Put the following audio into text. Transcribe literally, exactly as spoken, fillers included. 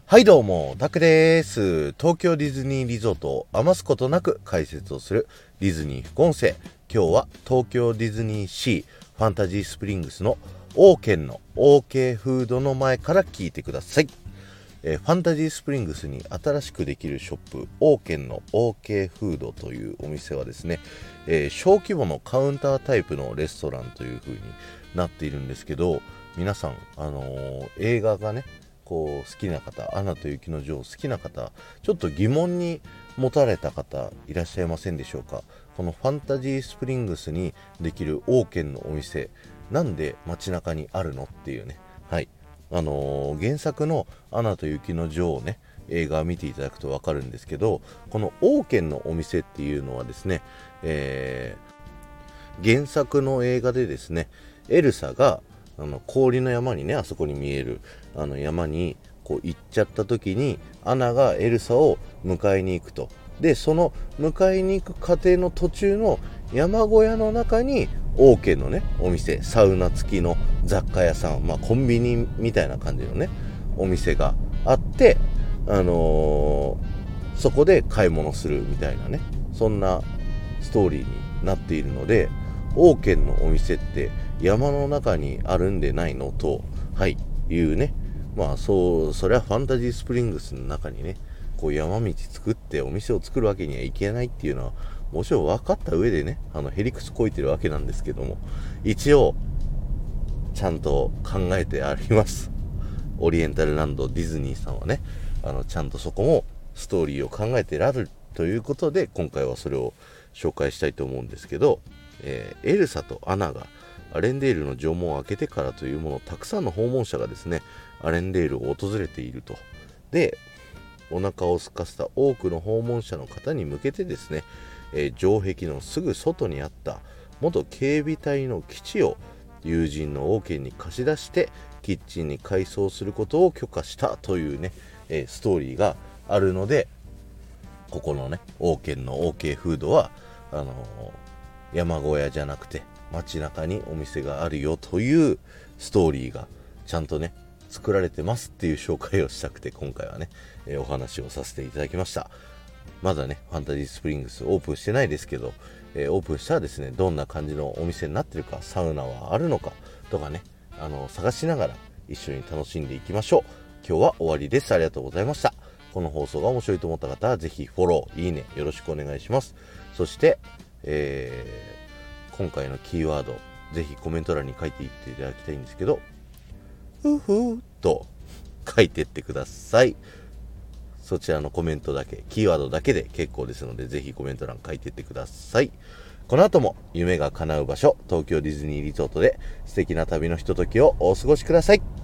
はいどうも、タクです。東京ディズニーリゾートを余すことなく解説をするディズニー副音声。今日は東京ディズニーシーファンタジースプリングスのオーケンの オーケー フードの前から聞いてください。えー、ファンタジースプリングスに新しくできるショップオーケンの オーケー フードというお店はですね、えー、小規模のカウンタータイプのレストランという風になっているんですけど、皆さん、あのー、映画がねこう好きな方、アナと雪の女王好きな方、ちょっと疑問に持たれた方いらっしゃいませんでしょうか。このファンタジースプリングスにできるオーケンのお店、なんで街中にあるのっていうね。はいあのー、原作のアナと雪の女王ね、映画を見ていただくと分かるんですけど、このオーケンのお店っていうのはですね、えー、原作の映画でですね、エルサがあの氷の山にね、あそこに見えるあの山にこう行っちゃった時に、アナがエルサを迎えに行くと。でその迎えに行く過程の途中の山小屋の中にオーケーのねお店、サウナ付きの雑貨屋さん、まあコンビニみたいな感じのねお店があって、あのー、そこで買い物するみたいなね、そんなストーリーになっているので、オーケーのお店って山の中にあるんでないのと、はいいうね、まあそう、それはファンタジースプリングスの中にねこう山道作ってお店を作るわけにはいけないっていうのはもちろん分かった上でね、あのへりくつこいてるわけなんですけども、一応ちゃんと考えてあります。オリエンタルランドディズニーさんはね、あのちゃんとそこもストーリーを考えてあるということで、今回はそれを紹介したいと思うんですけど、えー、エルサとアナがアレンデールの城門を開けてからというもの、たくさんの訪問者がですねアレンデールを訪れていると。でお腹を空かせた多くの訪問者の方に向けてですね、えー、城壁のすぐ外にあった元警備隊の基地を友人のオーケーに貸し出してキッチンに改装することを許可したというね、えー、ストーリーがあるので、ここのねオーケーの オーケー フードはあのー、山小屋じゃなくて街中にお店があるよというストーリーがちゃんとね作られてますっていう紹介をしたくて、今回はね、えー、お話をさせていただきました。まだねファンタジースプリングスオープンしてないですけど、えー、オープンしたらですねどんな感じのお店になってるか、サウナはあるのかとかね、あの探しながら一緒に楽しんでいきましょう。今日は終わりです。ありがとうございました。この放送が面白いと思った方はぜひフォロー、いいねよろしくお願いします。そして、えー、今回のキーワードぜひコメント欄に書いていっていただきたいんですけど、ふふーと書いてってください。そちらのコメントだけ、キーワードだけで結構ですので、ぜひコメント欄書いてってください。この後も夢が叶う場所、東京ディズニーリゾートで素敵な旅のひとときをお過ごしください。